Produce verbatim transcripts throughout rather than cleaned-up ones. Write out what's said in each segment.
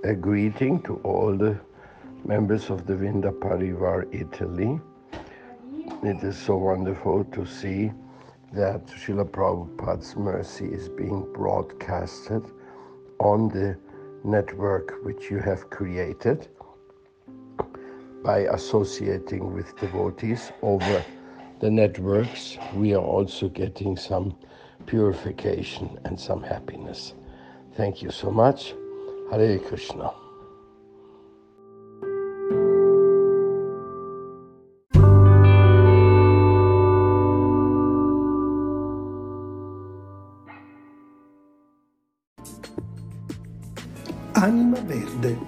a greeting to all the members of the Vrinda Parivar Italy. It is so wonderful to see that Srila Prabhupada's mercy is being broadcasted on the network which you have created by associating with devotees over the networks. We are also getting some purification and some happiness. Thank you so much. Hare Krishna. Anima Verde.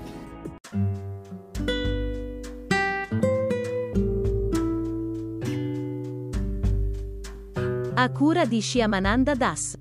A cura di Shyamananda Das.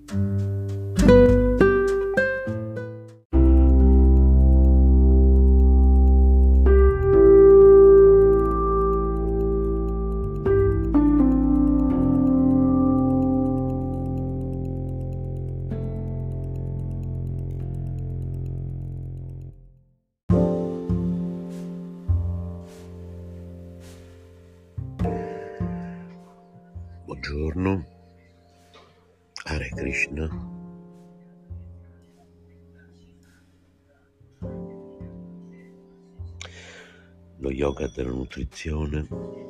Buongiorno, Hare Krishna. Lo yoga della nutrizione.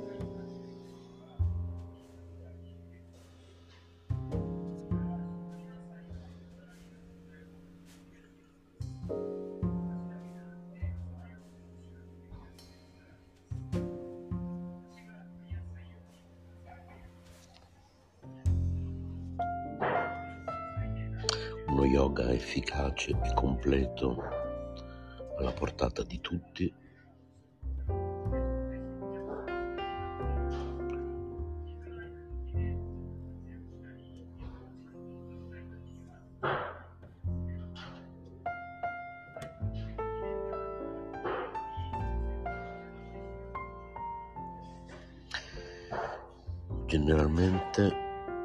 Uno yoga efficace e completo alla portata di tutti. Generalmente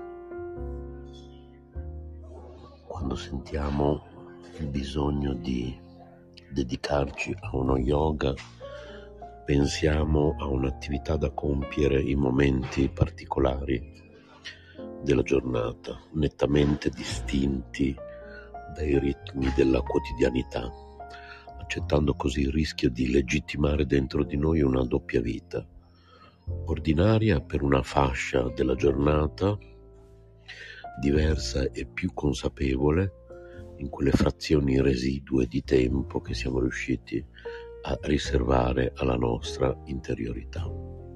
quando sentiamo il bisogno di dedicarci a uno yoga, pensiamo a un'attività da compiere in momenti particolari della giornata, nettamente distinti dai ritmi della quotidianità, accettando così il rischio di legittimare dentro di noi una doppia vita, ordinaria per una fascia della giornata, diversa e più consapevole in quelle frazioni residue di tempo che siamo riusciti a riservare alla nostra interiorità.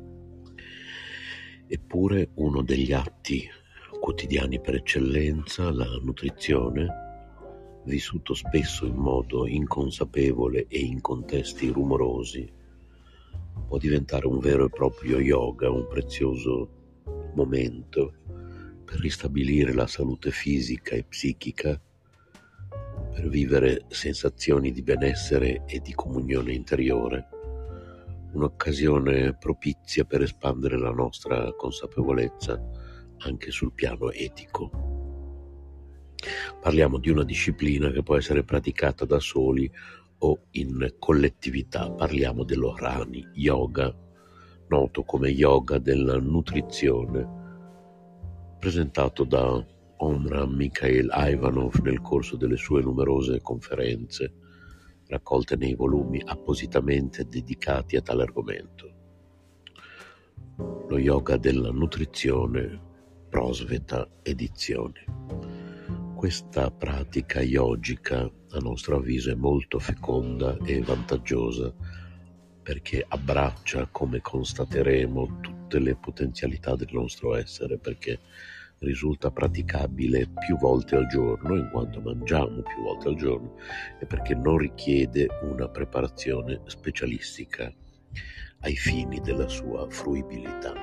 Eppure uno degli atti quotidiani per eccellenza, la nutrizione, vissuto spesso in modo inconsapevole e in contesti rumorosi, può diventare un vero e proprio yoga, un prezioso momento per ristabilire la salute fisica e psichica, per vivere sensazioni di benessere e di comunione interiore, un'occasione propizia per espandere la nostra consapevolezza anche sul piano etico. Parliamo di una disciplina che può essere praticata da soli o in collettività. Parliamo dello Rani Yoga, noto come yoga della nutrizione, presentato da Omram Mikhail Ivanov nel corso delle sue numerose conferenze, raccolte nei volumi appositamente dedicati a tale argomento. Lo yoga della nutrizione, Prosveta Edizioni. Questa pratica yogica, a nostro avviso, è molto feconda e vantaggiosa perché abbraccia, come constateremo, tutte le potenzialità del nostro essere, perché risulta praticabile più volte al giorno, in quanto mangiamo più volte al giorno, e perché non richiede una preparazione specialistica ai fini della sua fruibilità.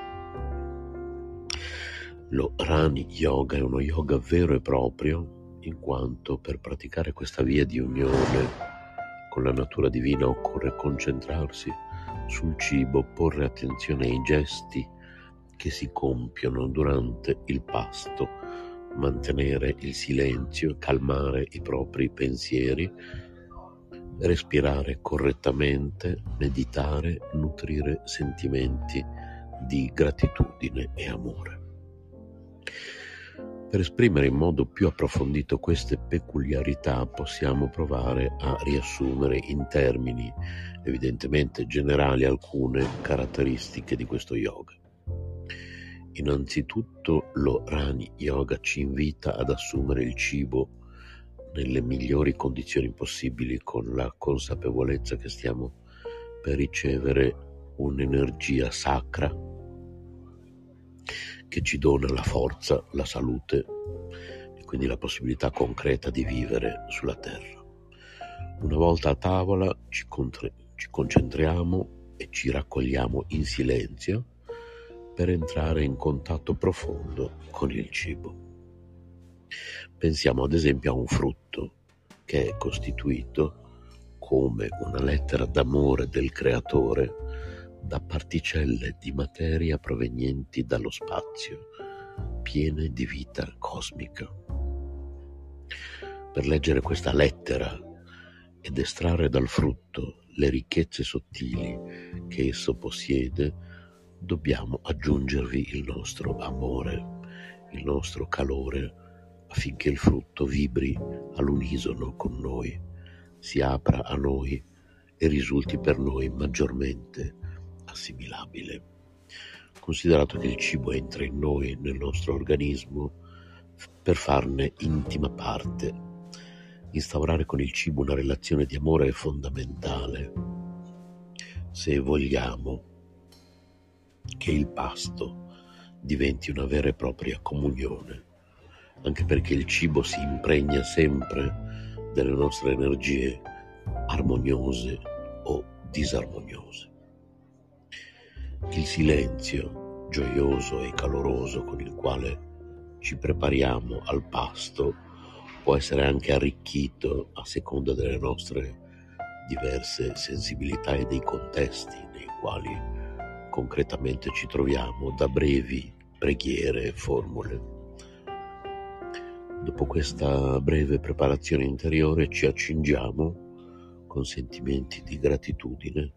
Lo Rani Yoga è uno yoga vero e proprio, in quanto per praticare questa via di unione con la natura divina occorre concentrarsi sul cibo, porre attenzione ai gesti che si compiono durante il pasto, mantenere il silenzio, calmare i propri pensieri, respirare correttamente, meditare, nutrire sentimenti di gratitudine e amore. Per esprimere in modo più approfondito queste peculiarità possiamo provare a riassumere in termini evidentemente generali alcune caratteristiche di questo yoga. Innanzitutto lo Rani Yoga ci invita ad assumere il cibo nelle migliori condizioni possibili, con la consapevolezza che stiamo per ricevere un'energia sacra che ci dona la forza, la salute e quindi la possibilità concreta di vivere sulla terra. Una volta a tavola ci, contre- ci concentriamo e ci raccogliamo in silenzio per entrare in contatto profondo con il cibo. Pensiamo ad esempio a un frutto che è costituito come una lettera d'amore del creatore da particelle di materia provenienti dallo spazio, piene di vita cosmica. Per leggere questa lettera ed estrarre dal frutto le ricchezze sottili che esso possiede, dobbiamo aggiungervi il nostro amore, il nostro calore, affinché il frutto vibri all'unisono con noi, si apra a noi e risulti per noi maggiormente assimilabile. Considerato che il cibo entra in noi, nel nostro organismo, per farne intima parte. Instaurare con il cibo una relazione di amore è fondamentale se vogliamo che il pasto diventi una vera e propria comunione, anche perché il cibo si impregna sempre delle nostre energie armoniose o disarmoniose. Il silenzio gioioso e caloroso con il quale ci prepariamo al pasto può essere anche arricchito a seconda delle nostre diverse sensibilità e dei contesti nei quali concretamente ci troviamo, da brevi preghiere e formule. Dopo questa breve preparazione interiore ci accingiamo con sentimenti di gratitudine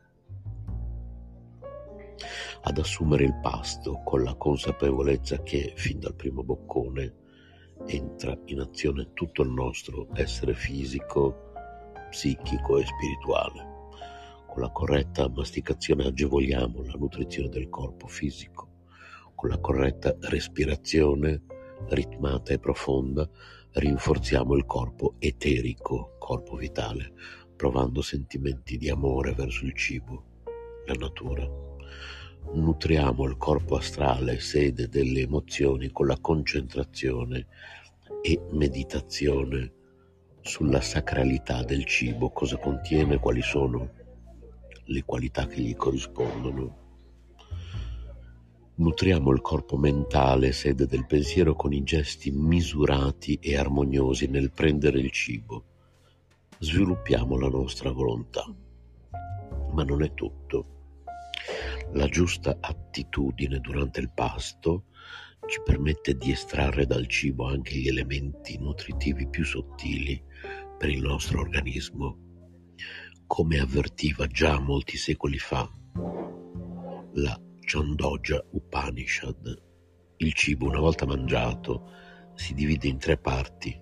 ad assumere il pasto, con la consapevolezza che fin dal primo boccone entra in azione tutto il nostro essere fisico, psichico e spirituale. Con la corretta masticazione agevoliamo la nutrizione del corpo fisico, con la corretta respirazione ritmata e profonda rinforziamo il corpo eterico, corpo vitale, provando sentimenti di amore verso il cibo, la natura. Nutriamo il corpo astrale, sede delle emozioni, con la concentrazione e meditazione sulla sacralità del cibo, cosa contiene, quali sono le qualità che gli corrispondono. Nutriamo il corpo mentale, sede del pensiero, con i gesti misurati e armoniosi nel prendere il cibo. Sviluppiamo la nostra volontà. Ma non è tutto. La giusta attitudine durante il pasto ci permette di estrarre dal cibo anche gli elementi nutritivi più sottili per il nostro organismo. Come avvertiva già molti secoli fa la Chandogya Upanishad, il cibo, una volta mangiato, si divide in tre parti.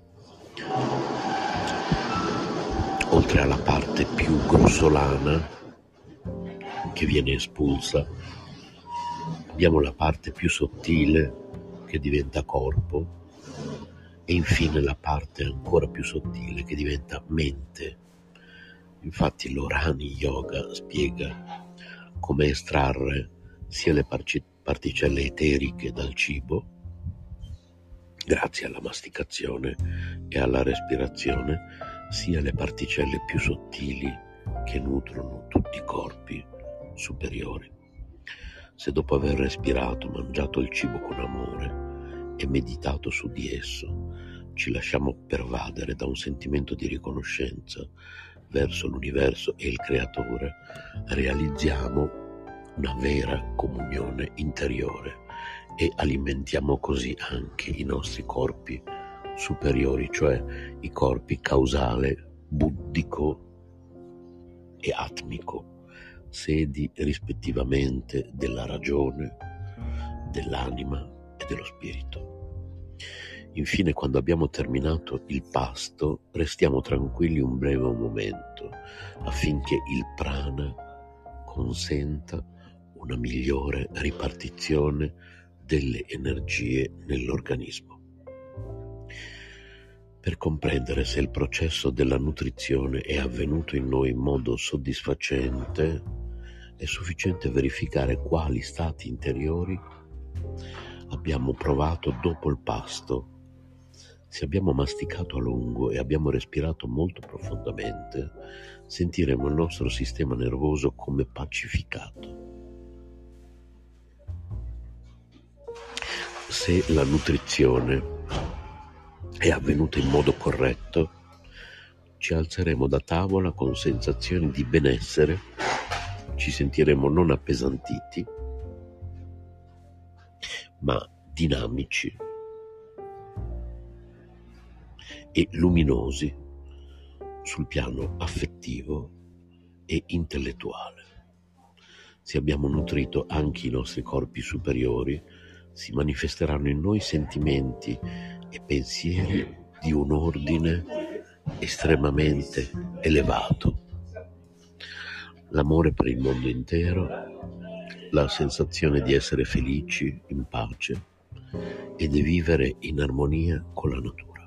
Oltre alla parte più grossolana che viene espulsa, abbiamo la parte più sottile che diventa corpo e infine la parte ancora più sottile che diventa mente. Infatti l'Orani Yoga spiega come estrarre sia le particelle eteriche dal cibo, grazie alla masticazione e alla respirazione, sia le particelle più sottili che nutrono tutti i corpi superiori. Se dopo aver respirato, mangiato il cibo con amore e meditato su di esso, ci lasciamo pervadere da un sentimento di riconoscenza verso l'universo e il creatore, realizziamo una vera comunione interiore e alimentiamo così anche i nostri corpi superiori, cioè i corpi causale, buddico e atmico, sedi rispettivamente della ragione, dell'anima e dello spirito. Infine, quando abbiamo terminato il pasto, restiamo tranquilli un breve momento affinché il prana consenta una migliore ripartizione delle energie nell'organismo. Per comprendere se il processo della nutrizione è avvenuto in noi in modo soddisfacente, è sufficiente verificare quali stati interiori abbiamo provato dopo il pasto. Se abbiamo masticato a lungo e abbiamo respirato molto profondamente, sentiremo il nostro sistema nervoso come pacificato. Se la nutrizione è avvenuta in modo corretto, ci alzeremo da tavola con sensazioni di benessere, ci sentiremo non appesantiti, ma dinamici e luminosi sul piano affettivo e intellettuale. Se abbiamo nutrito anche i nostri corpi superiori, si manifesteranno in noi sentimenti e pensieri di un ordine estremamente elevato. L'amore per il mondo intero, la sensazione di essere felici, in pace e di vivere in armonia con la natura.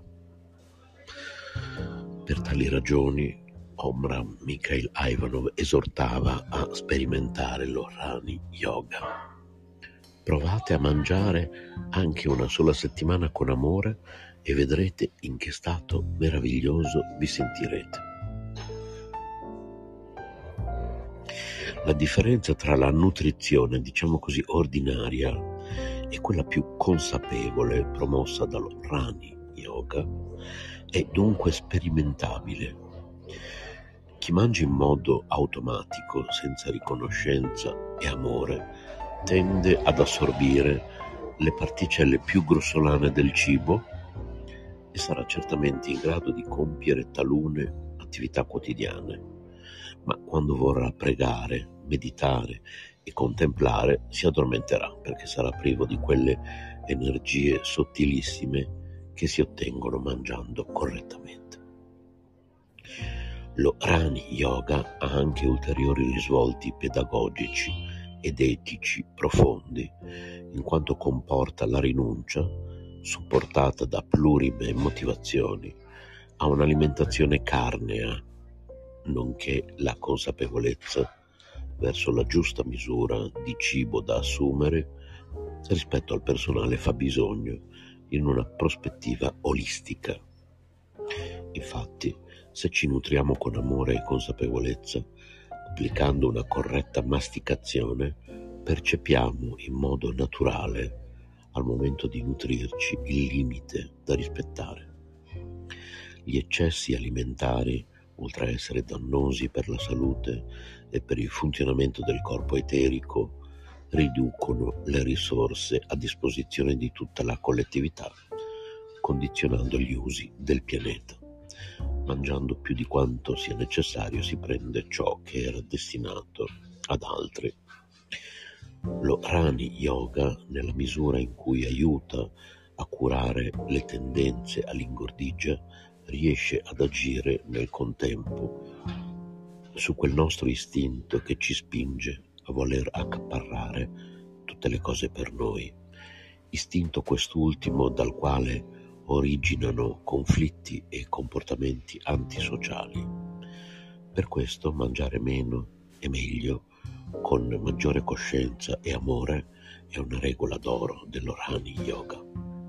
Per tali ragioni, Omraam Mikhail Ivanov esortava a sperimentare l'Ohrani Yoga. Provate a mangiare anche una sola settimana con amore e vedrete in che stato meraviglioso vi sentirete. La differenza tra la nutrizione, diciamo così, ordinaria e quella più consapevole promossa dall'Ohrani Yoga è dunque sperimentabile. Chi mangia in modo automatico, senza riconoscenza e amore, tende ad assorbire le particelle più grossolane del cibo e sarà certamente in grado di compiere talune attività quotidiane, ma quando vorrà pregare, meditare e contemplare si addormenterà perché sarà privo di quelle energie sottilissime che si ottengono mangiando correttamente. L'Ohrani Yoga ha anche ulteriori risvolti pedagogici ed etici profondi, in quanto comporta la rinuncia, supportata da plurime motivazioni, a un'alimentazione carnea, nonché la consapevolezza verso la giusta misura di cibo da assumere rispetto al personale fabbisogno in una prospettiva olistica. Infatti, se ci nutriamo con amore e consapevolezza, applicando una corretta masticazione, percepiamo in modo naturale, al momento di nutrirci, il limite da rispettare. Gli eccessi alimentari, oltre a essere dannosi per la salute e per il funzionamento del corpo eterico, riducono le risorse a disposizione di tutta la collettività, condizionando gli usi del pianeta. Mangiando più di quanto sia necessario si prende ciò che era destinato ad altri. L'Ohrani Yoga, nella misura in cui aiuta a curare le tendenze all'ingordigia, riesce ad agire nel contempo su quel nostro istinto che ci spinge a voler accaparrare tutte le cose per noi, istinto quest'ultimo dal quale originano conflitti e comportamenti antisociali. Per questo mangiare meno e meglio, con maggiore coscienza e amore, è una regola d'oro dell'Ohrani Yoga.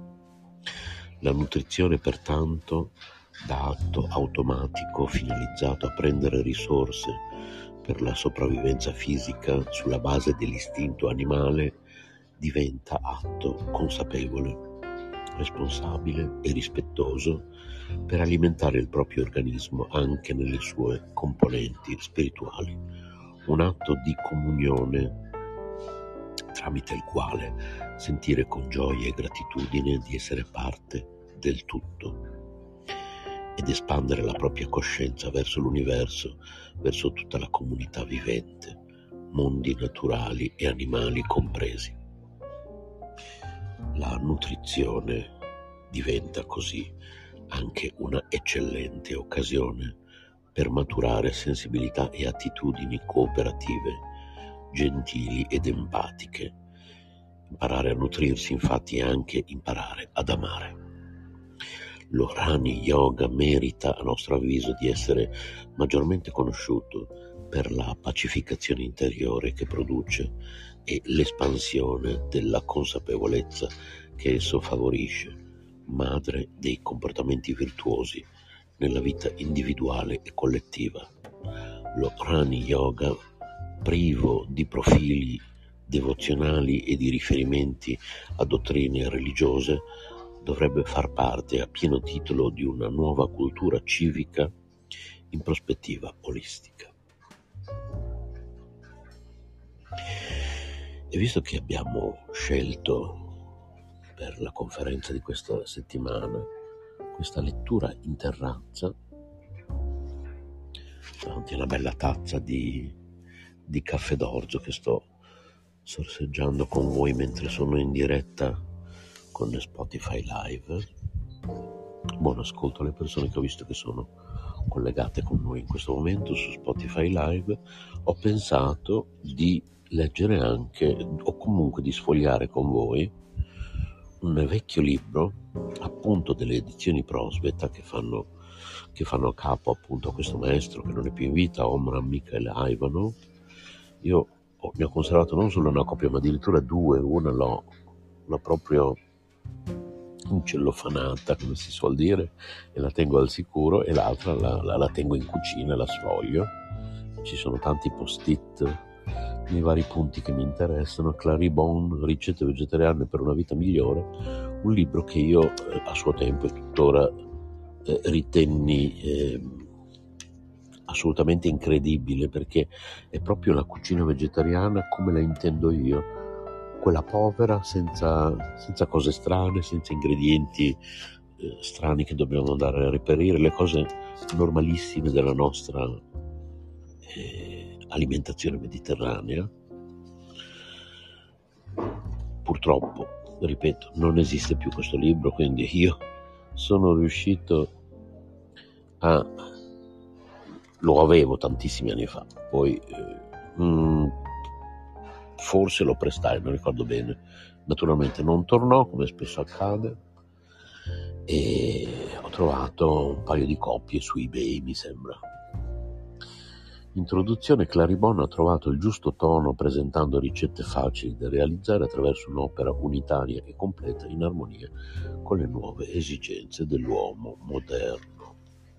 La nutrizione, pertanto, da atto automatico finalizzato a prendere risorse per la sopravvivenza fisica sulla base dell'istinto animale, diventa atto consapevole, responsabile e rispettoso per alimentare il proprio organismo anche nelle sue componenti spirituali, un atto di comunione tramite il quale sentire con gioia e gratitudine di essere parte del tutto. È ed espandere la propria coscienza verso l'universo, verso tutta la comunità vivente, mondi naturali e animali compresi. La nutrizione diventa così anche una eccellente occasione per maturare sensibilità e attitudini cooperative, gentili ed empatiche. Imparare a nutrirsi, infatti, è anche imparare ad amare. Lo Rani Yoga merita, a nostro avviso, di essere maggiormente conosciuto per la pacificazione interiore che produce e l'espansione della consapevolezza che esso favorisce, madre dei comportamenti virtuosi nella vita individuale e collettiva. Lo Rani Yoga, privo di profili devozionali e di riferimenti a dottrine religiose, dovrebbe far parte a pieno titolo di una nuova cultura civica in prospettiva olistica. E visto che abbiamo scelto per la conferenza di questa settimana questa lettura in terrazza, davanti a una bella tazza di, di caffè d'orzo che sto sorseggiando con voi mentre sono in diretta con Spotify Live. Buon ascolto alle persone che ho visto che sono collegate con noi in questo momento su Spotify Live. Ho pensato di leggere anche, o comunque di sfogliare con voi, un vecchio libro, appunto delle edizioni Prosveta, che fanno, che fanno a capo appunto a questo maestro che non è più in vita, Omram Mikhail Ivanov. Io ho, ne ho conservato non solo una copia, ma addirittura due. Una l'ho, l'ho proprio incellofanata, come si suol dire, e la tengo al sicuro, e l'altra la, la, la tengo in cucina, la sfoglio. Ci sono tanti post-it nei vari punti che mi interessano. Clary Bon, ricette vegetariane per una vita migliore, un libro che io eh, a suo tempo e tuttora eh, ritenni eh, assolutamente incredibile, perché è proprio la cucina vegetariana come la intendo io, quella povera, senza, senza cose strane, senza ingredienti eh, strani che dobbiamo andare a reperire, le cose normalissime della nostra eh, alimentazione mediterranea. Purtroppo, ripeto, non esiste più questo libro, quindi io sono riuscito a... lo avevo tantissimi anni fa, poi eh, mh, forse lo prestai, non ricordo bene, naturalmente non tornò, come spesso accade, e ho trovato un paio di copie su eBay, mi sembra. Introduzione: Clary Bon ha trovato il giusto tono presentando ricette facili da realizzare attraverso un'opera unitaria e completa in armonia con le nuove esigenze dell'uomo moderno.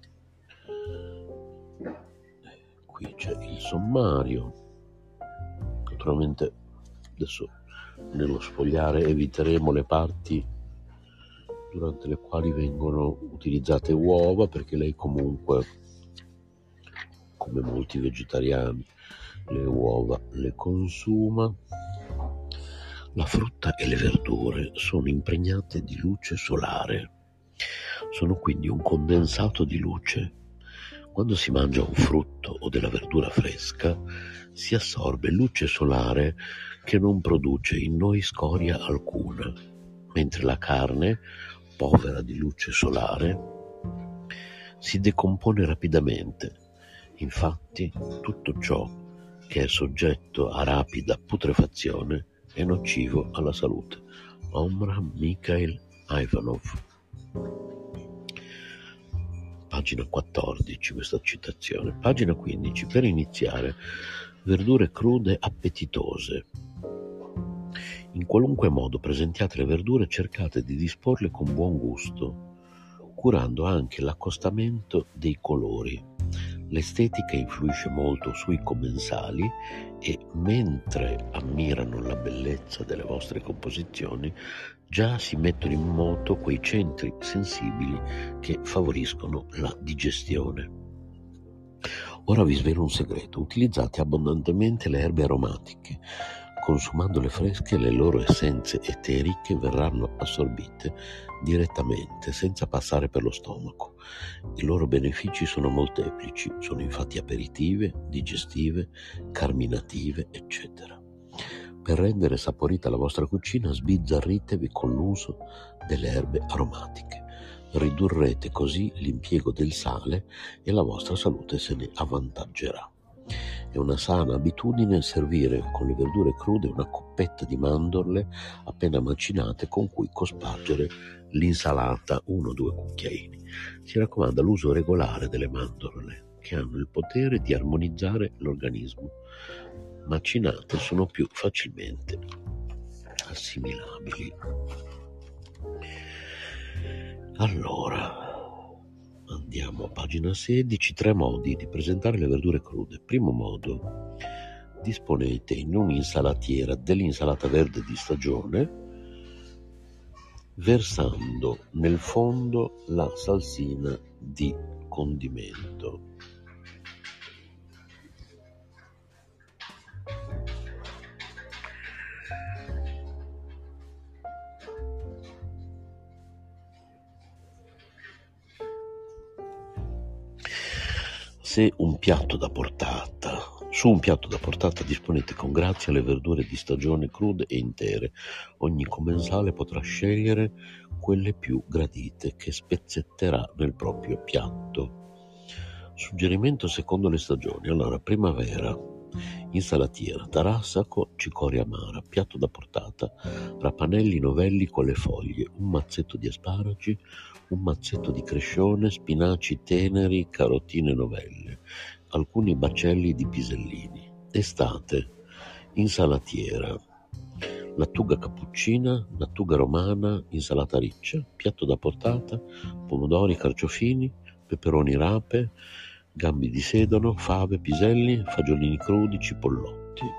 Qui c'è il sommario. Naturalmente adesso nello sfogliare eviteremo le parti durante le quali vengono utilizzate uova, perché lei comunque, come molti vegetariani, le uova le consuma. La frutta e le verdure sono impregnate di luce solare, sono quindi un condensato di luce. Quando si mangia un frutto o della verdura fresca, si assorbe luce solare che non produce in noi scoria alcuna, mentre la carne, povera di luce solare, si decompone rapidamente. Infatti, tutto ciò che è soggetto a rapida putrefazione è nocivo alla salute. Omram Mikhail Ivanov. Pagina quattordici, questa citazione. Pagina quindici. Per iniziare, verdure crude appetitose. In qualunque modo presentiate le verdure, cercate di disporle con buon gusto, curando anche l'accostamento dei colori. L'estetica influisce molto sui commensali e, mentre ammirano la bellezza delle vostre composizioni, già si mettono in moto quei centri sensibili che favoriscono la digestione. Ora vi svelo un segreto: utilizzate abbondantemente le erbe aromatiche, Consumandole fresche, le loro essenze eteriche verranno assorbite direttamente, senza passare per lo stomaco. I loro benefici sono molteplici, sono infatti aperitive, digestive, carminative, eccetera. Per rendere saporita la vostra cucina, sbizzarritevi con l'uso delle erbe aromatiche. Ridurrete così l'impiego del sale e la vostra salute se ne avvantaggerà. È una sana abitudine servire con le verdure crude una coppetta di mandorle appena macinate con cui cospargere l'insalata, uno o due cucchiaini. Si raccomanda l'uso regolare delle mandorle, che hanno il potere di armonizzare l'organismo. Macinate sono più facilmente assimilabili. Allora, andiamo a pagina sedici, tre modi di presentare le verdure crude. Primo modo, disponete in un'insalatiera dell'insalata verde di stagione, versando nel fondo la salsina di condimento. Se un piatto da portata, su un piatto da portata disponete con grazia le verdure di stagione crude e intere. Ogni commensale potrà scegliere quelle più gradite che spezzetterà nel proprio piatto. Suggerimento secondo le stagioni. Allora, primavera, insalatiera, tarassaco, cicoria amara, piatto da portata, rapanelli novelli con le foglie, un mazzetto di asparagi, un mazzetto di crescione, spinaci teneri, carotine novelle, alcuni baccelli di pisellini. Estate, insalatiera, lattuga cappuccina, lattuga romana, insalata riccia, piatto da portata, pomodori, carciofini, peperoni rape, gambi di sedano, fave, piselli, fagiolini crudi, cipollotti.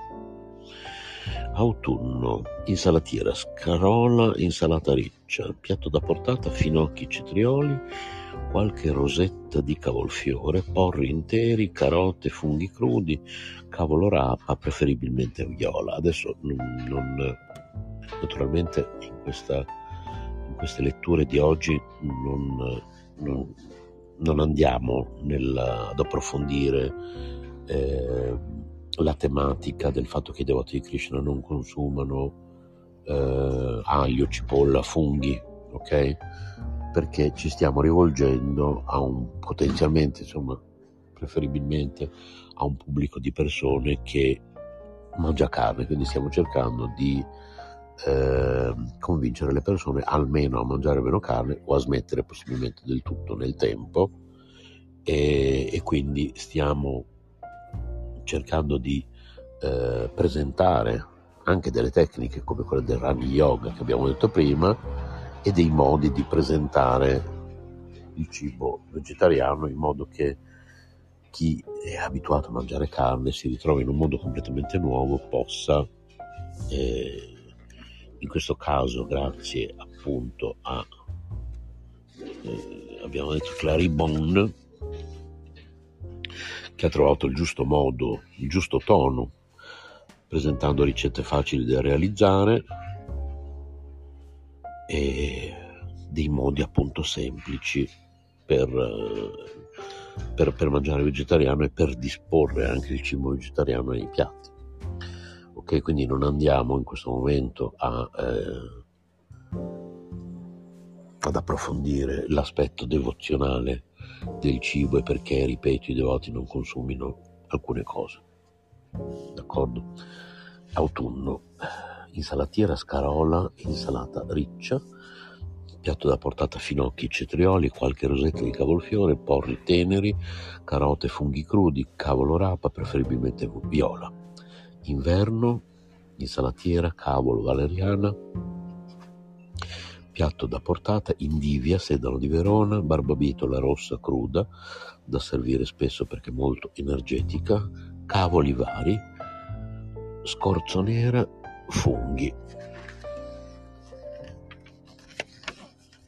Autunno, insalatiera, scarola, insalata riccia, piatto da portata, finocchi, cetrioli, qualche rosetta di cavolfiore, porri interi, carote, funghi crudi, cavolo rapa, preferibilmente viola. Adesso non, non naturalmente in, questa, in queste letture di oggi non, non, non andiamo nel, ad approfondire eh, la tematica del fatto che i devoti di Krishna non consumano eh, aglio, cipolla, funghi, ok? Perché ci stiamo rivolgendo a un potenzialmente, insomma, preferibilmente a un pubblico di persone che mangia carne, quindi stiamo cercando di eh, convincere le persone almeno a mangiare meno carne o a smettere possibilmente del tutto nel tempo, e, e quindi stiamo cercando di eh, presentare anche delle tecniche come quelle del Rani Yoga che abbiamo detto prima e dei modi di presentare il cibo vegetariano in modo che chi è abituato a mangiare carne si ritrova in un mondo completamente nuovo, possa eh, in questo caso grazie appunto a eh, abbiamo detto Claribon, che ha trovato il giusto modo, il giusto tono, presentando ricette facili da realizzare e dei modi appunto semplici per, per, per mangiare vegetariano e per disporre anche il cibo vegetariano nei piatti. Ok, quindi non andiamo in questo momento a, eh, ad approfondire l'aspetto devozionale del cibo e perché, ripeto, i devoti non consumino alcune cose. D'accordo? Autunno, insalatiera, scarola, insalata riccia, piatto da portata, finocchi, cetrioli, qualche rosetta di cavolfiore, porri teneri, carote, funghi crudi, cavolo rapa, preferibilmente viola. Inverno, insalatiera, cavolo, valeriana, piatto da portata, indivia, sedano di Verona, barbabietola rossa cruda, da servire spesso perché molto energetica, cavoli vari, scorzo nera, funghi.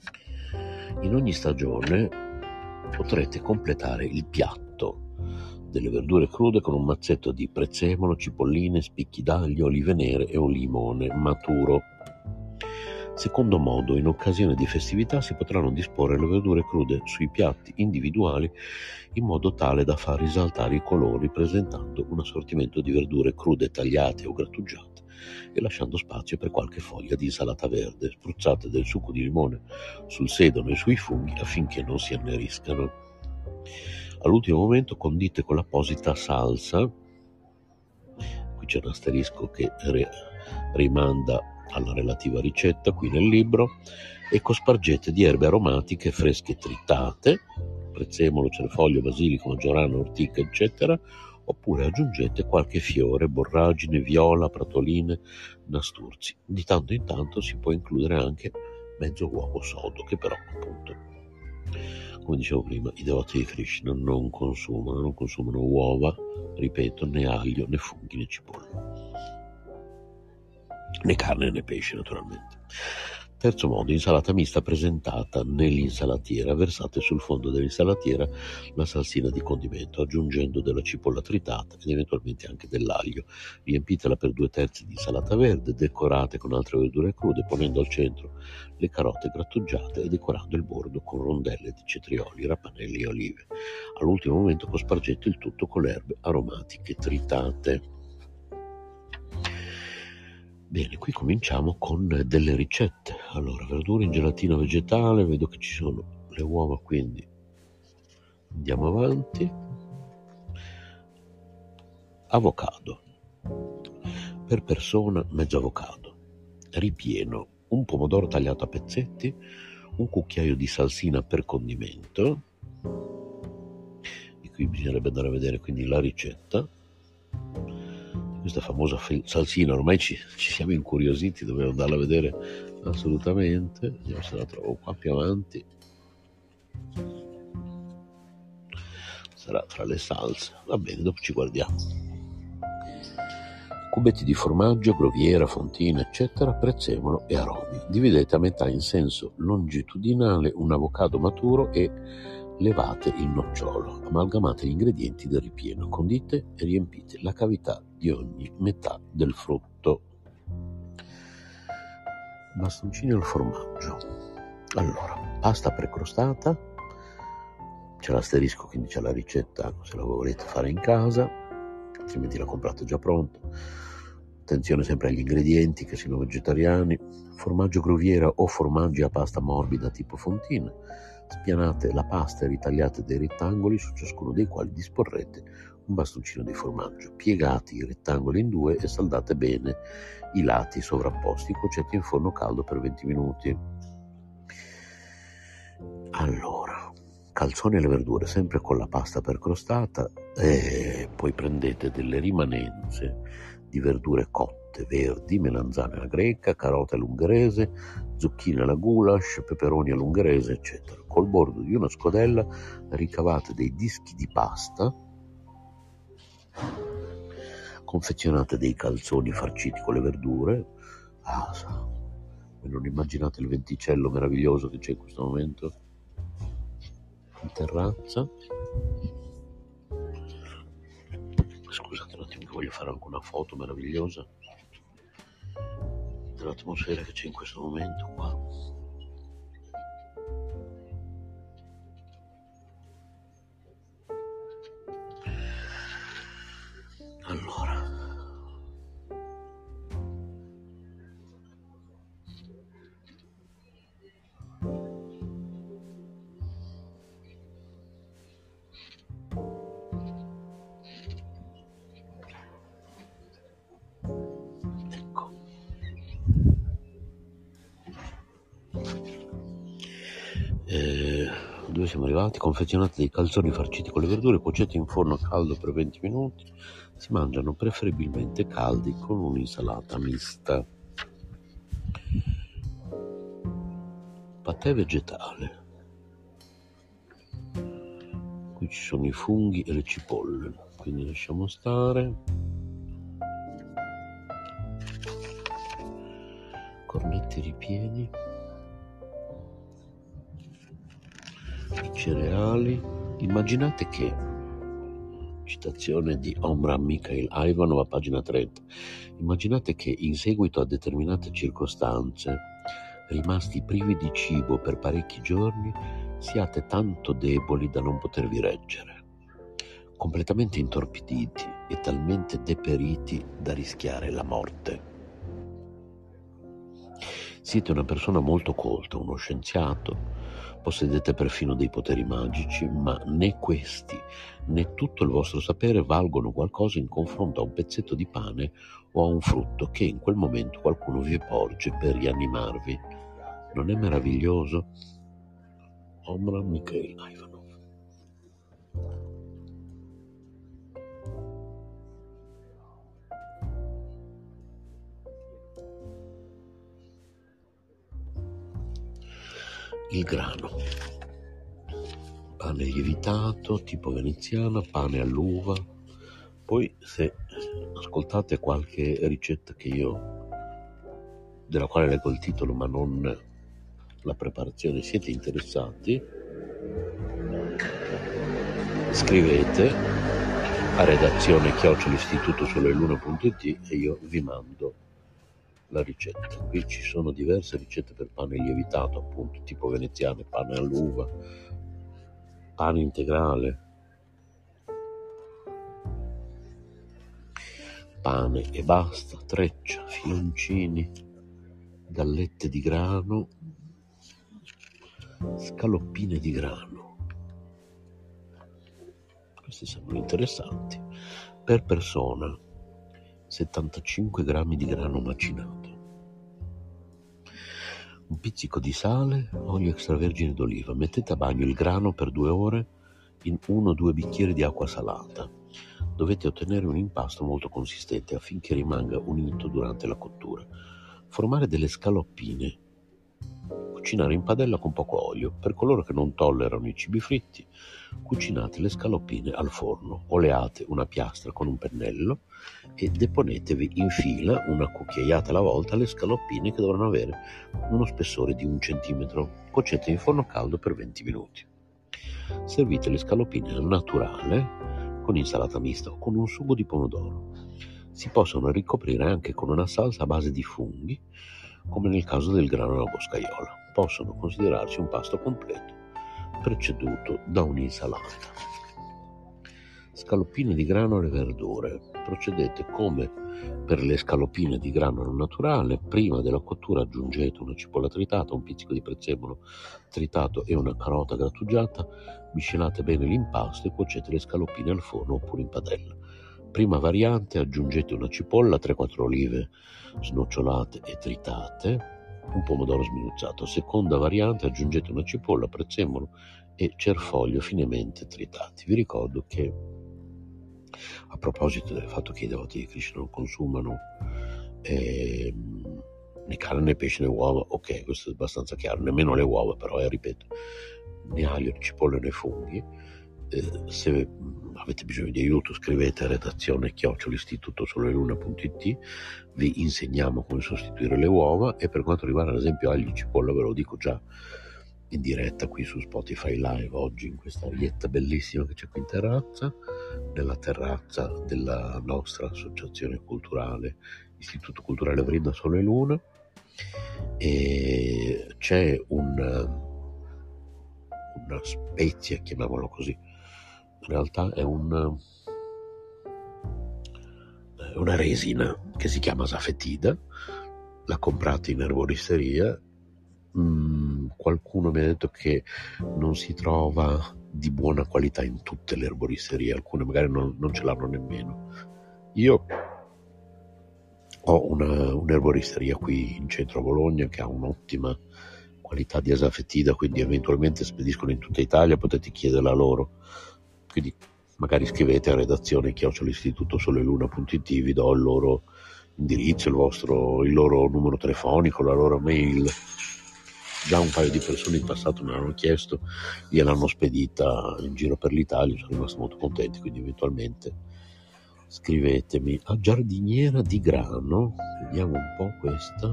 In ogni stagione potrete completare il piatto delle verdure crude con un mazzetto di prezzemolo, cipolline, spicchi d'aglio, olive nere e un limone maturo. Secondo modo, in occasione di festività si potranno disporre le verdure crude sui piatti individuali in modo tale da far risaltare i colori, presentando un assortimento di verdure crude tagliate o grattugiate e lasciando spazio per qualche foglia di insalata verde, spruzzate del succo di limone sul sedano e sui funghi affinché non si anneriscano. All'ultimo momento condite con l'apposita salsa, qui c'è un asterisco che re- rimanda alla relativa ricetta qui nel libro, e cospargette di erbe aromatiche fresche tritate, prezzemolo, cerefoglio, basilico, maggiorana, ortica, eccetera, oppure aggiungete qualche fiore, borragine, viola, pratoline, nasturzi. Di tanto in tanto si può includere anche mezzo uovo sodo, che però appunto, come dicevo prima, i devoti di Krishna non consumano, non consumano uova, ripeto, né aglio, né funghi, né cipolle, né carne né pesce naturalmente. Terzo modo, insalata mista presentata nell'insalatiera. Versate sul fondo dell'insalatiera la salsina di condimento, aggiungendo della cipolla tritata ed eventualmente anche dell'aglio. Riempitela per due terzi di insalata verde, decorate con altre verdure crude, ponendo al centro le carote grattugiate e decorando il bordo con rondelle di cetrioli, rapanelli e olive. All'ultimo momento cospargete il tutto con le erbe aromatiche tritate. Bene, qui cominciamo con delle ricette. Allora, verdure in gelatina vegetale, vedo che ci sono le uova, quindi andiamo avanti. Avocado. Per persona mezzo avocado. Ripieno, un pomodoro tagliato a pezzetti, un cucchiaio di salsina per condimento. E qui bisognerebbe andare a vedere quindi la ricetta. Questa famosa salsina, ormai ci, ci siamo incuriositi, dovevo andarla a vedere assolutamente. Vediamo se la trovo qua più avanti. Sarà tra le salse, va bene, dopo ci guardiamo. Cubetti di formaggio, groviera, fontina, eccetera, prezzemolo e aromi. Dividete a metà in senso longitudinale un avocado maturo e levate il nocciolo. Amalgamate gli ingredienti del ripieno, condite e riempite la cavità di ogni metà del frutto. Bastoncini al formaggio. Allora, pasta precrostata, c'è l'asterisco, quindi c'è la ricetta se la volete fare in casa, altrimenti la comprate già pronta. Attenzione sempre agli ingredienti, che siano vegetariani. Formaggio groviera o formaggi a pasta morbida tipo fontina. Spianate la pasta e ritagliate dei rettangoli, su ciascuno dei quali disporrete un bastoncino di formaggio. Piegate i rettangoli in due e saldate bene i lati sovrapposti. Cuocete in forno caldo per venti minuti. Allora, calzoni alle verdure, sempre con la pasta percrostata, e poi prendete delle rimanenze di verdure cotte, verdi, melanzane alla greca, carote all'ungherese, zucchine alla goulash, peperoni all'ungherese, eccetera. Col bordo di una scodella ricavate dei dischi di pasta, confezionate dei calzoni farciti con le verdure. Ah, non immaginate il venticello meraviglioso che c'è in questo momento in terrazza. Scusate un attimo che voglio fare anche una foto meravigliosa dell'atmosfera che c'è in questo momento qua. Allora, Eh, dove siamo arrivati? Confezionate dei calzoni farciti con le verdure, cuocete in forno caldo per venti minuti. Si mangiano preferibilmente caldi con un'insalata mista. Patè vegetale. Qui ci sono i funghi e le cipolle, quindi lasciamo stare. Cornetti ripieni. I cereali. Immaginate che Citazione di Omram Mikhail Ivanov a pagina trenta. Immaginate che in seguito a determinate circostanze, rimasti privi di cibo per parecchi giorni, siate tanto deboli da non potervi reggere, completamente intorpiditi e talmente deperiti da rischiare la morte. Siete una persona molto colta, uno scienziato, possedete perfino dei poteri magici, ma né questi né tutto il vostro sapere valgono qualcosa in confronto a un pezzetto di pane o a un frutto che in quel momento qualcuno vi porge per rianimarvi. Non è meraviglioso? Omram Mikhail Ivanov. Il grano. Pane lievitato, tipo veneziana, pane all'uva. Poi se ascoltate qualche ricetta che io, della quale leggo il titolo ma non la preparazione, siete interessati, scrivete a redazione chiocciola istituto sole luna punto it e io vi mando la ricetta. Qui ci sono diverse ricette per pane lievitato, appunto, tipo veneziane, pane all'uva, pane integrale, pane e basta, treccia, filoncini, gallette di grano, scaloppine di grano. Questi sembrano interessanti. Per persona settantacinque grammi di grano macinato, un pizzico di sale, olio extravergine d'oliva. Mettete a bagno il grano per due ore in uno o due bicchieri di acqua salata. Dovete ottenere un impasto molto consistente affinché rimanga unito durante la cottura. Formare delle scaloppine. Cucinare in padella con poco olio. Per coloro che non tollerano i cibi fritti, cucinate le scaloppine al forno. Oleate una piastra con un pennello e deponetevi in fila, una cucchiaiata alla volta, le scaloppine che dovranno avere uno spessore di un centimetro. Cuocete in forno caldo per venti minuti. Servite le scaloppine al naturale con insalata mista o con un sugo di pomodoro. Si possono ricoprire anche con una salsa a base di funghi, come nel caso del grano alla boscaiola. Possono considerarsi un pasto completo, preceduto da un'insalata. Scaloppine di grano alle verdure. Procedete come per le scaloppine di grano al naturale. Prima della cottura aggiungete una cipolla tritata, un pizzico di prezzemolo tritato e una carota grattugiata. Miscelate bene l'impasto e cuocete le scaloppine al forno oppure in padella. Prima variante, aggiungete una cipolla, tre quattro olive snocciolate e tritate, un pomodoro sminuzzato. Seconda variante, aggiungete una cipolla, prezzemolo e cerfoglio finemente tritati. Vi ricordo che, a proposito del fatto che i devoti di Krishna non consumano eh, né carne né pesce né uova, ok, questo è abbastanza chiaro, nemmeno le uova, però eh, ripeto, né aglio né cipolle né funghi. Eh, se avete bisogno di aiuto, scrivete a redazione chiocciola istituto sole luna punto it, vi insegniamo come sostituire le uova. E per quanto riguarda ad esempio aglio e cipolla, ve lo dico già in diretta qui su Spotify Live oggi, in questa arietta bellissima che c'è qui in terrazza, nella terrazza della nostra associazione culturale Istituto Culturale Vrinda Sole Luna. E c'è un una spezia, chiamiamolo così, in realtà è un, una resina che si chiama safetida. La comprate in erboristeria. Mm, qualcuno mi ha detto che non si trova di buona qualità in tutte le erboristerie, alcune magari non, non ce l'hanno nemmeno. Io ho una, un'erboristeria qui in centro a Bologna che ha un'ottima qualità di asafetida, quindi eventualmente spediscono in tutta Italia, potete chiederla loro. Quindi magari scrivete a redazione chiocciola istituto sole luna punto it, vi do il loro indirizzo, il vostro il loro numero telefonico, la loro mail. Già un paio di persone in passato me l'hanno chiesto, gliel'hanno spedita in giro per l'Italia, sono rimasto molto contenti, quindi eventualmente scrivetemi. A giardiniera di grano, vediamo un po' questa.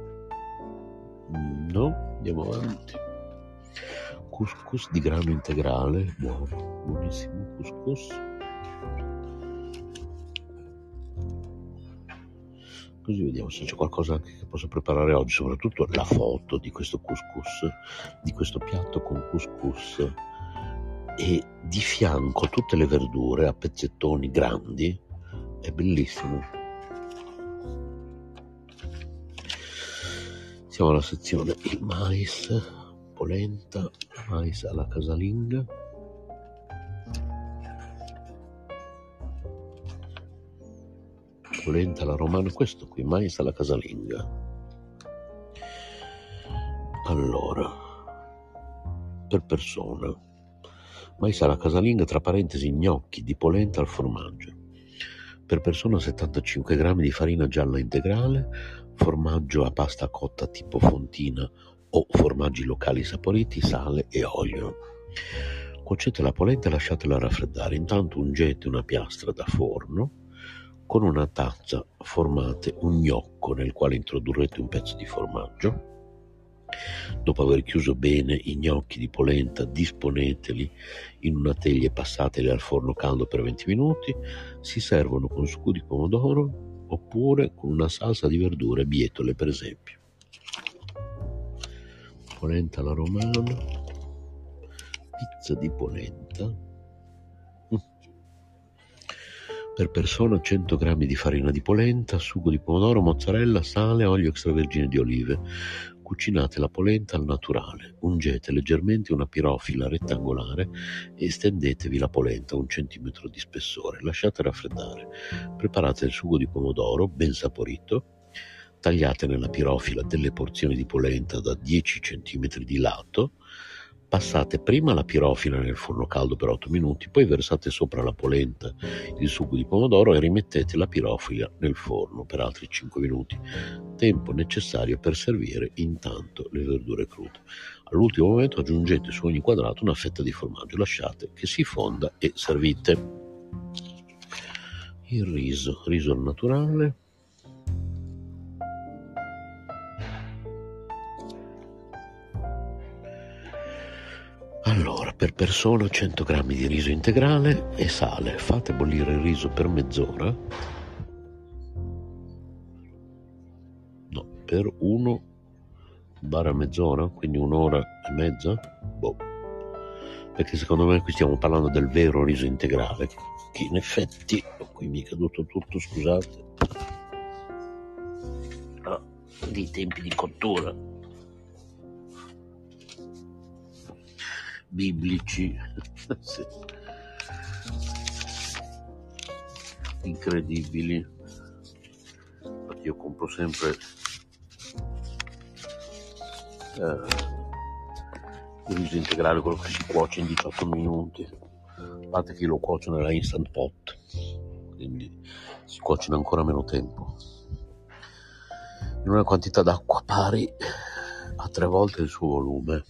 No, andiamo avanti. Couscous di grano integrale, buono, buonissimo couscous. Così vediamo se c'è qualcosa anche che posso preparare oggi, soprattutto la foto di questo couscous, di questo piatto con couscous e di fianco tutte le verdure a pezzettoni grandi. È bellissimo. Siamo alla sezione il mais, polenta, mais alla casalinga. Polenta alla romana, questo qui, mais alla casalinga. Allora, per persona, mais alla casalinga, tra parentesi gnocchi di polenta al formaggio. Per persona settantacinque grammi di farina gialla integrale, formaggio a pasta cotta tipo fontina o formaggi locali saporiti, sale e olio. Cuocete la polenta e lasciatela raffreddare. Intanto ungete una piastra da forno. Con una tazza formate un gnocco nel quale introdurrete un pezzo di formaggio. Dopo aver chiuso bene i gnocchi di polenta, disponeteli in una teglia e passateli al forno caldo per venti minuti. Si servono con sugo di pomodoro oppure con una salsa di verdure, bietole per esempio. Polenta alla romana, pizza di polenta. Per persona cento grammi di farina di polenta, sugo di pomodoro, mozzarella, sale, olio extravergine di olive. Cucinate la polenta al naturale. Ungete leggermente una pirofila rettangolare e stendetevi la polenta un centimetro di spessore. Lasciate raffreddare. Preparate il sugo di pomodoro ben saporito. Tagliate nella pirofila delle porzioni di polenta da dieci centimetri di lato. Passate prima la pirofila nel forno caldo per otto minuti, poi versate sopra la polenta il sugo di pomodoro e rimettete la pirofila nel forno per altri cinque minuti, tempo necessario per servire intanto le verdure crude. All'ultimo momento aggiungete su ogni quadrato una fetta di formaggio, lasciate che si fonda e servite. Il riso, riso al naturale. Allora, per persona cento grammi di riso integrale e sale. Fate bollire il riso per mezz'ora. No, per uno barra mezz'ora, quindi un'ora e mezza. Boh. Perché secondo me qui stiamo parlando del vero riso integrale, che in effetti, qui mi è caduto tutto, scusate. Ah, dei tempi di cottura biblici. Sì. Incredibili. Io compro sempre eh, il riso integrale, quello che si cuoce in diciotto minuti, a parte che io lo cuocio nella Instant Pot, quindi si cuoce in ancora meno tempo, in una quantità d'acqua pari a tre volte il suo volume.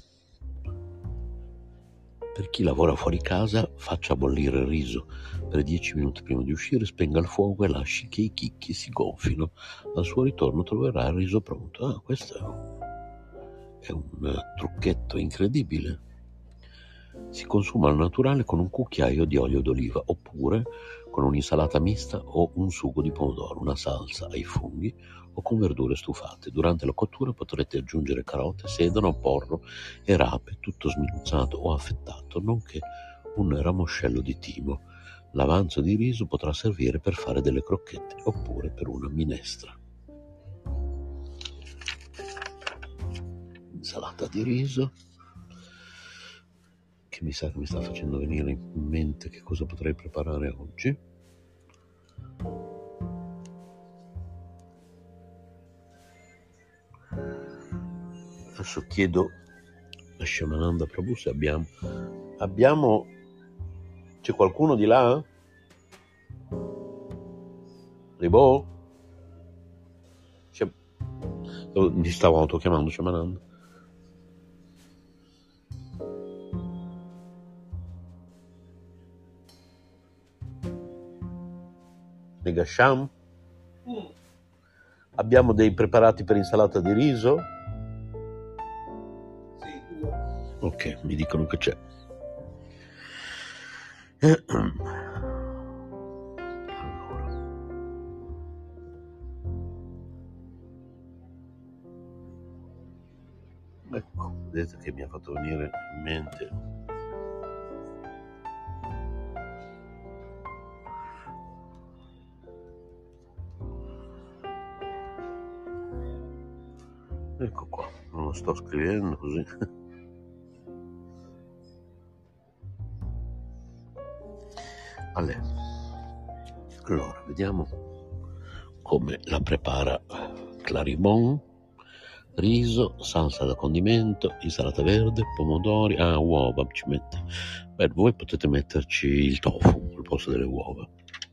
Per chi lavora fuori casa, faccia bollire il riso per dieci minuti prima di uscire, spenga il fuoco e lasci che i chicchi si gonfino. Al suo ritorno troverà il riso pronto. Ah, questo è un, è un trucchetto incredibile. Si consuma al naturale con un cucchiaio di olio d'oliva oppure con un'insalata mista o un sugo di pomodoro, una salsa ai funghi o con verdure stufate. Durante la cottura potrete aggiungere carote, sedano, porro e rape, tutto sminuzzato o affettato, nonché un ramoscello di timo. L'avanzo di riso potrà servire per fare delle crocchette oppure per una minestra. Insalata di riso, che mi sa che mi sta facendo venire in mente che cosa potrei preparare oggi. Adesso chiedo a Shamananda Prabhu se abbiamo abbiamo c'è qualcuno di là? Ribo? C'è... mi stavo autochiamando Shamananda. Megasham? Mm. Abbiamo dei preparati per insalata di riso? Sì, due. Ok, mi dicono che c'è. Allora. vedete che mi ha fatto venire in mente ecco qua, non lo sto scrivendo così. Allora, vediamo come la prepara Clarimon. Riso, salsa da condimento, insalata verde, pomodori, ah, uova, ci mette. Beh, voi potete metterci il tofu al posto delle uova.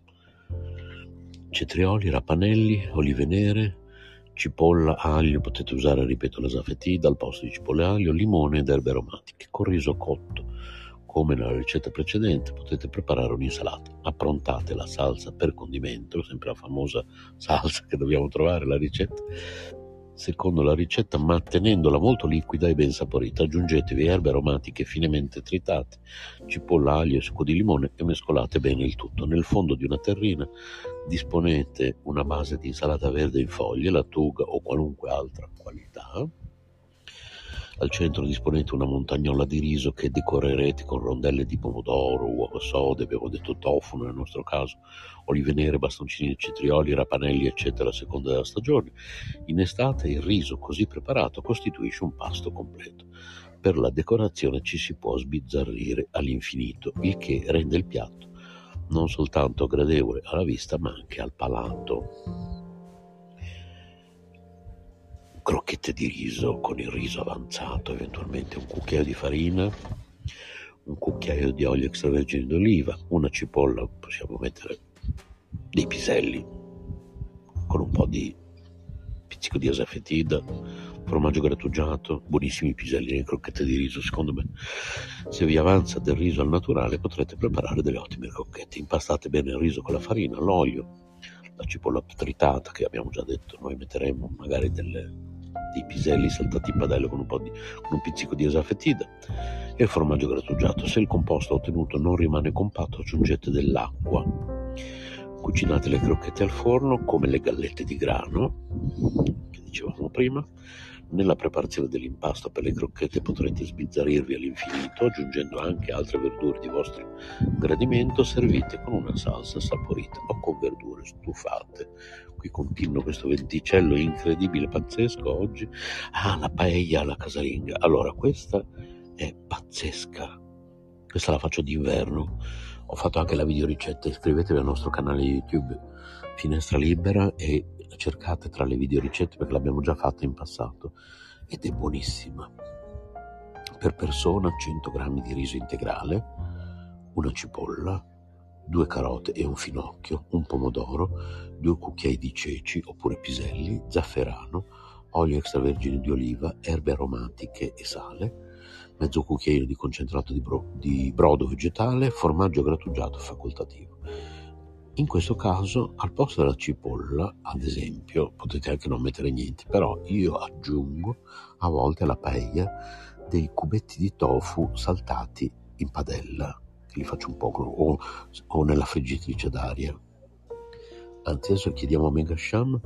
Cetrioli, rapanelli, olive nere, cipolla, aglio, potete usare, ripeto, la zaffetida al posto di cipolla e aglio, limone ed erbe aromatiche. Con riso cotto, come nella ricetta precedente, potete preparare un'insalata. Approntate la salsa per condimento, sempre la famosa salsa che dobbiamo trovare, la ricetta, secondo la ricetta, ma tenendola molto liquida e ben saporita. Aggiungetevi erbe aromatiche finemente tritate, cipolla, aglio e succo di limone e mescolate bene il tutto. Nel fondo di una terrina disponete una base di insalata verde in foglie, lattuga o qualunque altra qualità. Al centro disponete una montagnola di riso che decorerete con rondelle di pomodoro, uova sode, abbiamo detto tofu nel nostro caso, olive nere, bastoncini di cetrioli, rapanelli, eccetera, a seconda della stagione. In estate il riso così preparato costituisce un pasto completo. Per la decorazione ci si può sbizzarrire all'infinito, il che rende il piatto non soltanto gradevole alla vista ma anche al palato. Crocchette di riso con il riso avanzato, eventualmente un cucchiaio di farina, un cucchiaio di olio extravergine d'oliva, una cipolla, possiamo mettere dei piselli con un po' di pizzico di asafoetida, formaggio grattugiato, buonissimi piselli nelle crocchette di riso. Secondo me, se vi avanza del riso al naturale, potrete preparare delle ottime crocchette. Impastate bene il riso con la farina, l'olio, la cipolla tritata che abbiamo già detto, noi metteremo magari delle dei piselli saltati in padella con un po' di con un pizzico di asafoetida e il formaggio grattugiato. Se il composto ottenuto non rimane compatto, aggiungete dell'acqua. Cucinate le crocchette al forno come le gallette di grano che dicevamo prima. Nella preparazione dell'impasto per le crocchette potrete sbizzarirvi all'infinito, aggiungendo anche altre verdure di vostro gradimento, servite con una salsa saporita o con verdure stufate. Qui continua questo venticello incredibile, pazzesco oggi. Ah, la paella alla casalinga. Allora, questa è pazzesca. Questa la faccio d'inverno. Ho fatto anche la videoricetta. Iscrivetevi al nostro canale YouTube Finestra Libera e cercate tra le videoricette perché l'abbiamo già fatta in passato ed è buonissima. Per persona cento grammi di riso integrale, una cipolla, due carote e un finocchio, un pomodoro, due cucchiai di ceci oppure piselli, zafferano, olio extravergine di oliva, erbe aromatiche e sale, mezzo cucchiaino di concentrato di, bro- di brodo vegetale, formaggio grattugiato facoltativo. In questo caso, al posto della cipolla, ad esempio, potete anche non mettere niente, però io aggiungo a volte alla paella dei cubetti di tofu saltati in padella, che li faccio un po' o, o nella friggitrice d'aria. Anzi, adesso chiediamo a Megasham.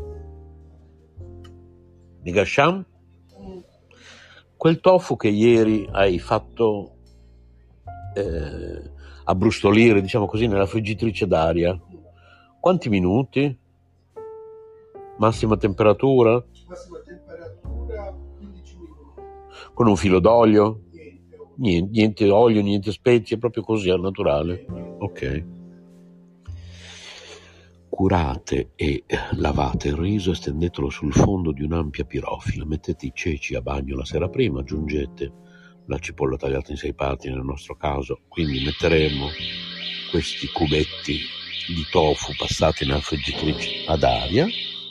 Megasham? Quel tofu che ieri hai fatto eh, abbrustolire, diciamo così, nella friggitrice d'aria, quanti minuti? Massima temperatura? Massima temperatura quindici minuti. Con un filo d'olio? Niente. Niente, niente olio, niente spezie, proprio così al naturale. Ok. Curate e lavate il riso e stendetelo sul fondo di un'ampia pirofila. Mettete i ceci a bagno la sera prima, aggiungete la cipolla tagliata in sei parti nel nostro caso, quindi metteremo questi cubetti di tofu passati nella friggitrice ad aria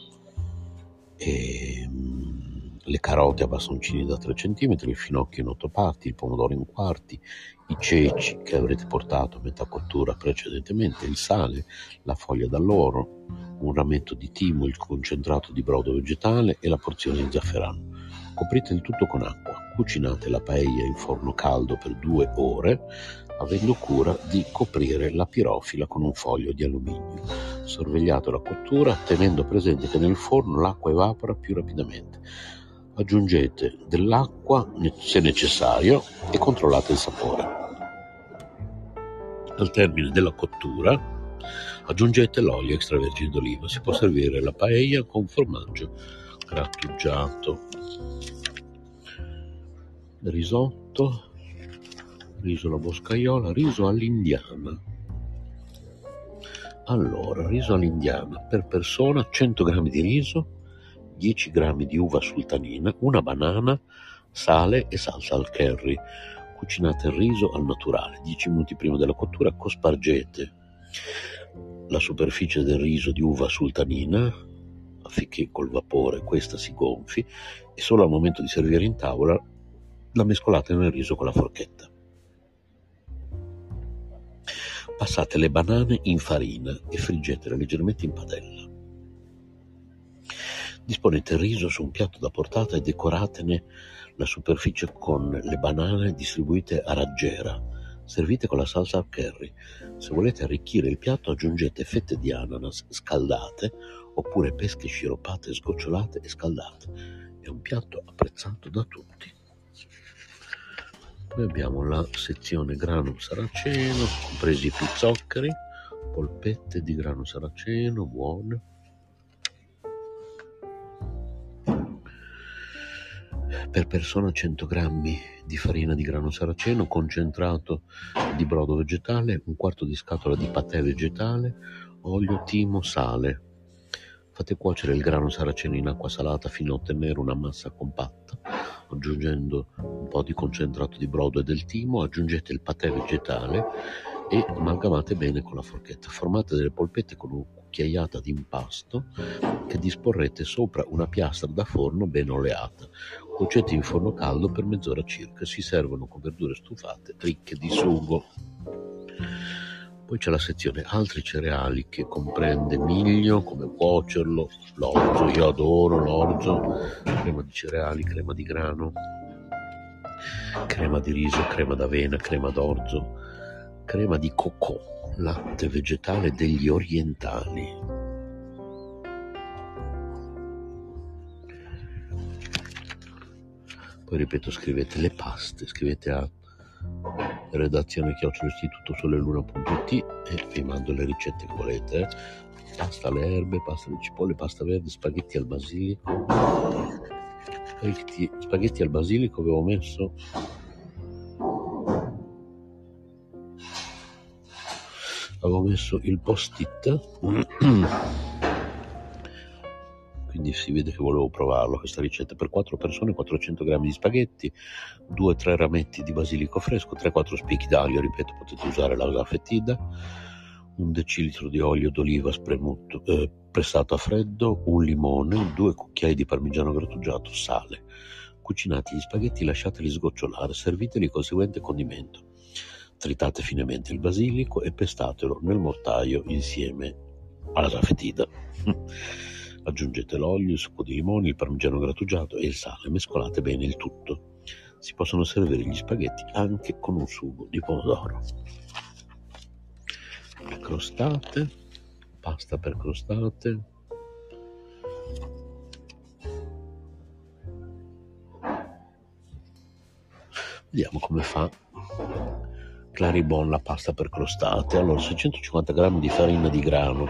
e le carote a bastoncini da tre centimetri, il finocchio in otto parti, il pomodoro in quarti, i ceci che avrete portato a metà cottura precedentemente, il sale, la foglia d'alloro, un rametto di timo, il concentrato di brodo vegetale e la porzione di zafferano. Coprite il tutto con acqua, cucinate la paella in forno caldo per due ore, avendo cura di coprire la pirofila con un foglio di alluminio. Sorvegliate la cottura tenendo presente che nel forno l'acqua evapora più rapidamente. Aggiungete dell'acqua se necessario e controllate il sapore. Al termine della cottura aggiungete l'olio extravergine d'oliva. Si può servire la paella con formaggio grattugiato. Risotto, riso alla boscaiola, riso all'indiana. Allora, riso all'indiana per persona: cento grammi di riso, dieci grammi di uva sultanina, una banana, sale e salsa al curry. Cucinate il riso al naturale. dieci minuti prima della cottura cospargete la superficie del riso di uva sultanina affinché col vapore questa si gonfi, e solo al momento di servire in tavola la mescolate nel riso con la forchetta. Passate le banane in farina e friggetele leggermente in padella. Disponete il riso su un piatto da portata e decoratene la superficie con le banane distribuite a raggiera. Servite con la salsa al curry. Se volete arricchire il piatto aggiungete fette di ananas scaldate oppure pesche sciroppate, sgocciolate e scaldate. È un piatto apprezzato da tutti. Poi abbiamo la sezione grano saraceno, compresi i pizzoccheri, polpette di grano saraceno, buone. Per persona cento grammi di farina di grano saraceno, concentrato di brodo vegetale, un quarto di scatola di patè vegetale, olio, timo, sale. Fate cuocere il grano saraceno in acqua salata fino a ottenere una massa compatta. Aggiungendo un po' di concentrato di brodo e del timo, aggiungete il patè vegetale e amalgamate bene con la forchetta. Formate delle polpette con una cucchiaiata di impasto che disporrete sopra una piastra da forno ben oleata. Cuocete in forno caldo per mezz'ora circa. Si servono con verdure stufate ricche di sugo. Poi c'è la sezione altri cereali, che comprende miglio, come cuocerlo, l'orzo, io adoro l'orzo, crema di cereali, crema di grano, crema di riso, crema d'avena, crema d'orzo, crema di cocco, latte vegetale degli orientali. Poi ripeto, scrivete le paste, scrivete a redazione chiocciola istituto sole luna punto it e vi mando le ricette che volete. Pasta alle erbe, pasta alle cipolle, pasta verde, spaghetti al basilico. Spaghetti, spaghetti al basilico avevo messo avevo messo il post-it, quindi si vede che volevo provarlo questa ricetta. Per quattro persone, quattrocento grammi di spaghetti, due tre rametti di basilico fresco, tre quattro spicchi d'aglio, ripeto, potete usare la fetida, un decilitro di olio d'oliva spremuto, eh, pressato a freddo, un limone, due cucchiai di parmigiano grattugiato, sale. Cucinate gli spaghetti, lasciateli sgocciolare, serviteli col seguente condimento: tritate finemente il basilico e pestatelo nel mortaio insieme alla fetida. Aggiungete l'olio, il succo di limone, il parmigiano grattugiato e il sale. Mescolate bene il tutto. Si possono servire gli spaghetti anche con un sugo di pomodoro. Le crostate, pasta per crostate. Vediamo come fa Claribon la pasta per crostate. Allora, seicentocinquanta grammi di farina di grano.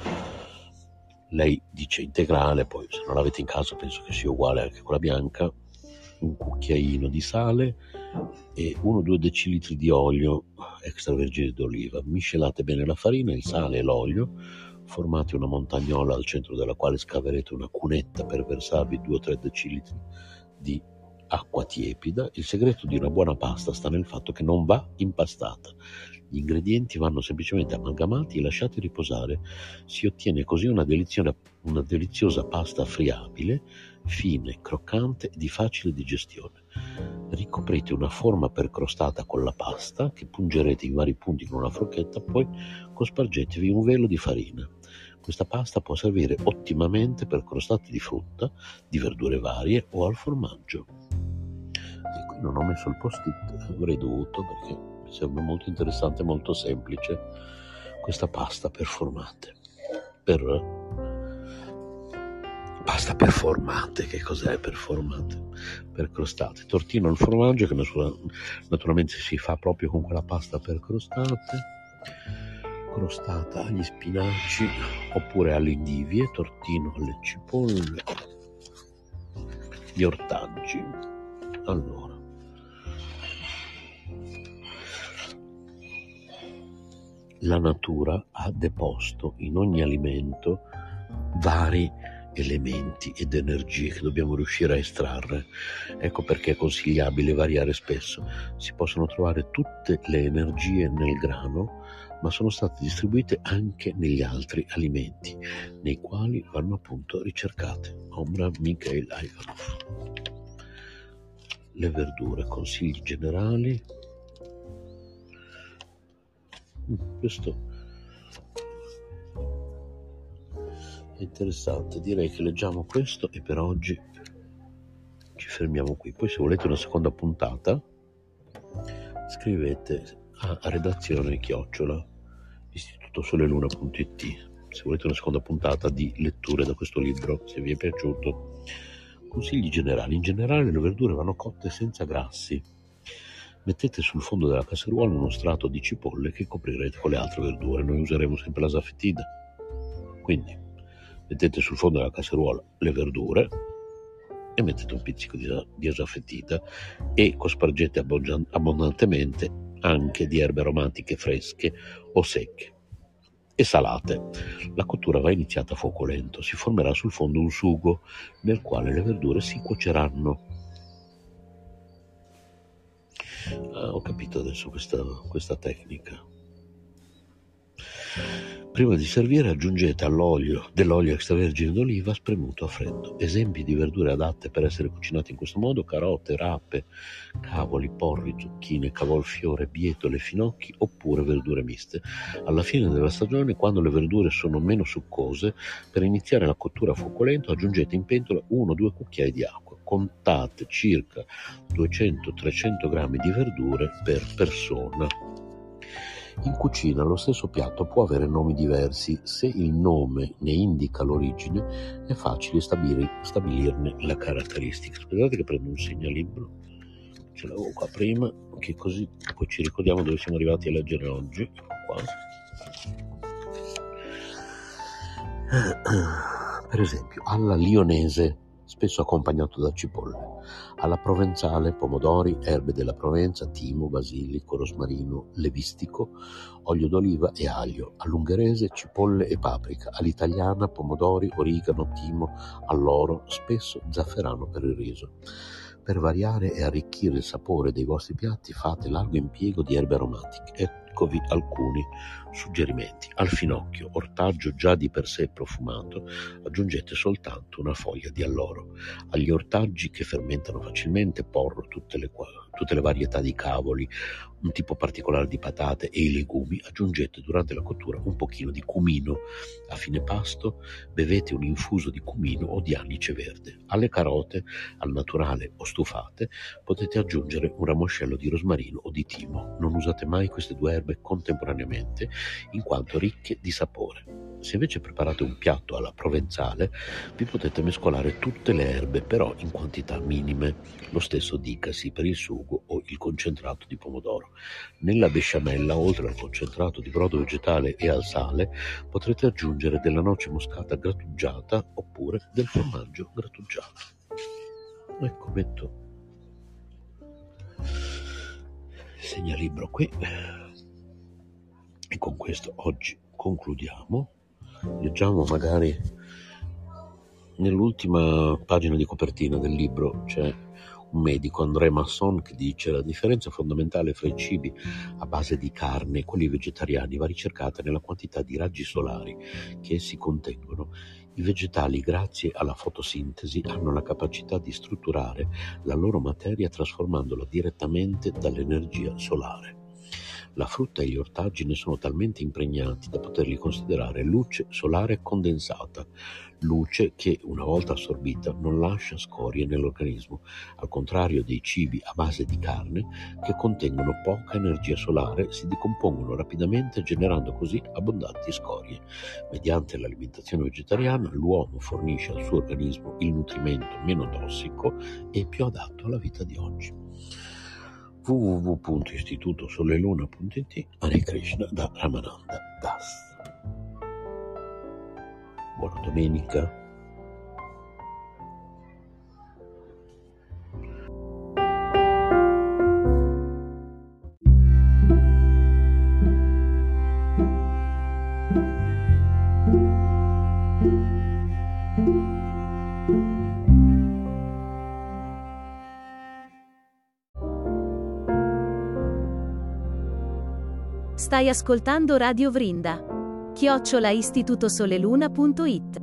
Lei dice integrale, poi se non l'avete in casa penso che sia uguale anche quella bianca. Un cucchiaino di sale e uno due decilitri di olio extravergine d'oliva. Miscelate bene la farina, il sale e l'olio. Formate una montagnola al centro della quale scaverete una cunetta per versarvi due tre decilitri di acqua tiepida. Il segreto di una buona pasta sta nel fatto che non va impastata. Gli ingredienti vanno semplicemente amalgamati e lasciati riposare. Si ottiene così una deliziosa, una deliziosa pasta friabile, fine, croccante e di facile digestione. Ricoprite una forma per crostata con la pasta, che pungerete in vari punti con una forchetta, poi cospargetevi un velo di farina. Questa pasta può servire ottimamente per crostate di frutta, di verdure varie o al formaggio. E qui non ho messo il post-it, avrei dovuto, perché mi sembra molto interessante e molto semplice questa pasta per formate. Per Pasta performante, che cos'è performante? Percrostate. Tortino al formaggio, che naturalmente si fa proprio con quella pasta per crostate, crostata agli spinaci oppure alle indivie, tortino alle cipolle, gli ortaggi. Allora, la natura ha deposto in ogni alimento vari elementi ed energie che dobbiamo riuscire a estrarre. Ecco perché è consigliabile variare spesso. Si possono trovare tutte le energie nel grano, ma sono state distribuite anche negli altri alimenti, nei quali vanno appunto ricercate. Omra Mikhail Ivanov. Le verdure, consigli generali. Questo è interessante, direi che leggiamo questo e per oggi ci fermiamo qui. Poi se volete una seconda puntata scrivete a redazione chiocciola istitutosoleluna punto it. Se volete una seconda puntata di letture da questo libro, se vi è piaciuto. Consigli generali. In generale le verdure vanno cotte senza grassi. Mettete sul fondo della casseruola uno strato di cipolle che coprirete con le altre verdure. Noi useremo sempre la zaffetida. Quindi mettete sul fondo della casseruola le verdure e mettete un pizzico di, di asafoetida e cospargete abbondan- abbondantemente anche di erbe aromatiche fresche o secche e salate. La cottura va iniziata a fuoco lento. Si formerà sul fondo un sugo nel quale le verdure si cuoceranno. Ah, ho capito adesso questa, questa tecnica. Prima di servire aggiungete all'olio dell'olio extravergine d'oliva spremuto a freddo. Esempi di verdure adatte per essere cucinate in questo modo: carote, rape, cavoli, porri, zucchine, cavolfiore, bietole, finocchi oppure verdure miste. Alla fine della stagione, quando le verdure sono meno succose, per iniziare la cottura a fuoco lento aggiungete in pentola uno due cucchiai di acqua. Contate circa duecento trecento grammi di verdure per persona. In cucina lo stesso piatto può avere nomi diversi. Se il nome ne indica l'origine è facile stabilire, stabilirne la caratteristica. Aspettate che prendo un segnalibro, ce l'avevo qua prima, che così poi ci ricordiamo dove siamo arrivati a leggere oggi. Qua. Per esempio, alla lionese, spesso accompagnato da cipolle; alla provenzale, pomodori, erbe della Provenza, timo, basilico, rosmarino, levistico, olio d'oliva e aglio; all'ungherese, cipolle e paprika; all'italiana, pomodori, origano, timo; all'oro, spesso zafferano per il riso. Per variare e arricchire il sapore dei vostri piatti fate largo impiego di erbe aromatiche. Eccovi alcuni suggerimenti. Al finocchio, ortaggio già di per sé profumato, aggiungete soltanto una foglia di alloro. Agli ortaggi che fermentano facilmente, porro, tutte le, tutte le varietà di cavoli, un tipo particolare di patate e i legumi, aggiungete durante la cottura un pochino di cumino. A fine pasto bevete un infuso di cumino o di anice verde. Alle carote, al naturale o stufate, potete aggiungere un ramoscello di rosmarino o di timo. Non usate mai queste due erbe contemporaneamente, in quanto ricche di sapore. Se invece preparate un piatto alla provenzale, vi potete mescolare tutte le erbe, però in quantità minime. Lo stesso dicasi per il sugo o il concentrato di pomodoro. Nella besciamella, oltre al concentrato di brodo vegetale e al sale, potrete aggiungere della noce moscata grattugiata oppure del formaggio grattugiato. Ecco, metto il segnalibro qui e con questo oggi concludiamo. Leggiamo magari nell'ultima pagina di copertina del libro c'è un medico, André Masson, che dice: la differenza fondamentale fra i cibi a base di carne e quelli vegetariani va ricercata nella quantità di raggi solari che essi contengono. I vegetali, grazie alla fotosintesi, hanno la capacità di strutturare la loro materia trasformandola direttamente dall'energia solare, La frutta e gli ortaggi ne sono talmente impregnati da poterli considerare luce solare condensata, luce che, una volta assorbita, non lascia scorie nell'organismo, al contrario dei cibi a base di carne che contengono poca energia solare, si decompongono rapidamente generando così abbondanti scorie. Mediante l'alimentazione vegetariana l'uomo fornisce al suo organismo il nutrimento meno tossico e più adatto alla vita di oggi. w w w punto istituto sole luna punto i t. Hare Krishna da Ramananda Das. Buona domenica. Stai ascoltando Radio Vrinda. chiocciola istituto sole luna punto it